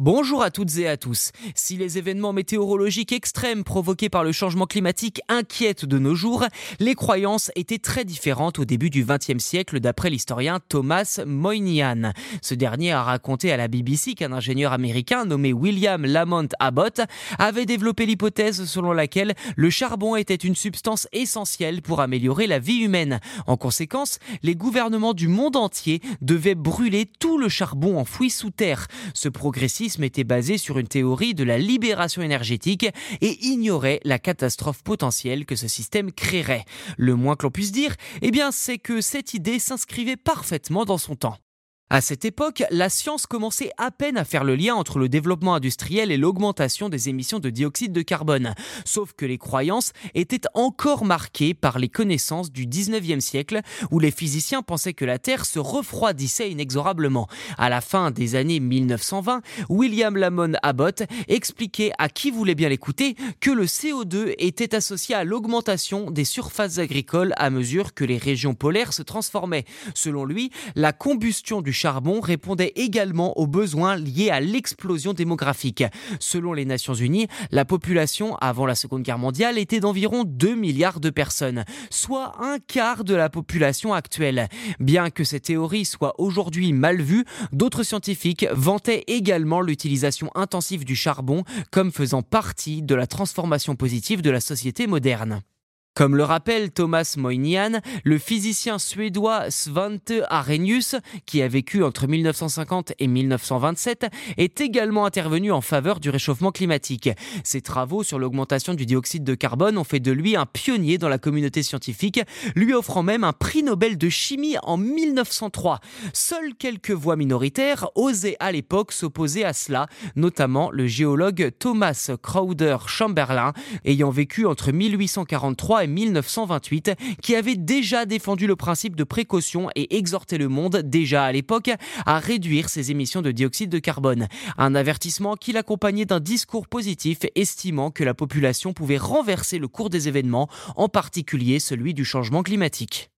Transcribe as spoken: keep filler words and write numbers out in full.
Bonjour à toutes et à tous. Si les événements météorologiques extrêmes provoqués par le changement climatique inquiètent de nos jours, les croyances étaient très différentes au début du vingtième siècle d'après l'historien Thomas Moynihan. Ce dernier a raconté à la B B C qu'un ingénieur américain nommé William Lamont Abbott avait développé l'hypothèse selon laquelle le charbon était une substance essentielle pour améliorer la vie humaine. En conséquence, les gouvernements du monde entier devaient brûler tout le charbon enfoui sous terre. Ce progressisme était basé sur une théorie de la libération énergétique et ignorait la catastrophe potentielle que ce système créerait. Le moins que l'on puisse dire, eh bien, c'est que cette idée s'inscrivait parfaitement dans son temps. À cette époque, la science commençait à peine à faire le lien entre le développement industriel et l'augmentation des émissions de dioxyde de carbone. Sauf que les croyances étaient encore marquées par les connaissances du dix-neuvième siècle, où les physiciens pensaient que la Terre se refroidissait inexorablement. À la fin des années mille neuf cent vingt, William Lamont Abbott expliquait à qui voulait bien l'écouter que le C O deux était associé à l'augmentation des surfaces agricoles à mesure que les régions polaires se transformaient. Selon lui, la combustion du charbon répondait également aux besoins liés à l'explosion démographique. Selon les Nations Unies, la population avant la Seconde Guerre mondiale était d'environ deux milliards de personnes, soit un quart de la population actuelle. Bien que cette théorie soit aujourd'hui mal vue, d'autres scientifiques vantaient également l'utilisation intensive du charbon comme faisant partie de la transformation positive de la société moderne. Comme le rappelle Thomas Moynihan, le physicien suédois Svante Arrhenius, qui a vécu entre mille neuf cent cinquante et mille neuf cent vingt-sept, est également intervenu en faveur du réchauffement climatique. Ses travaux sur l'augmentation du dioxyde de carbone ont fait de lui un pionnier dans la communauté scientifique, lui offrant même un prix Nobel de chimie en mille neuf cent trois. Seules quelques voix minoritaires osaient à l'époque s'opposer à cela, notamment le géologue Thomas Crowder Chamberlain, ayant vécu entre mille huit cent quarante-trois et mille neuf cent vingt-huit, qui avait déjà défendu le principe de précaution et exhorté le monde, déjà à l'époque, à réduire ses émissions de dioxyde de carbone. Un avertissement qu'il accompagnait d'un discours positif estimant que la population pouvait renverser le cours des événements, en particulier celui du changement climatique.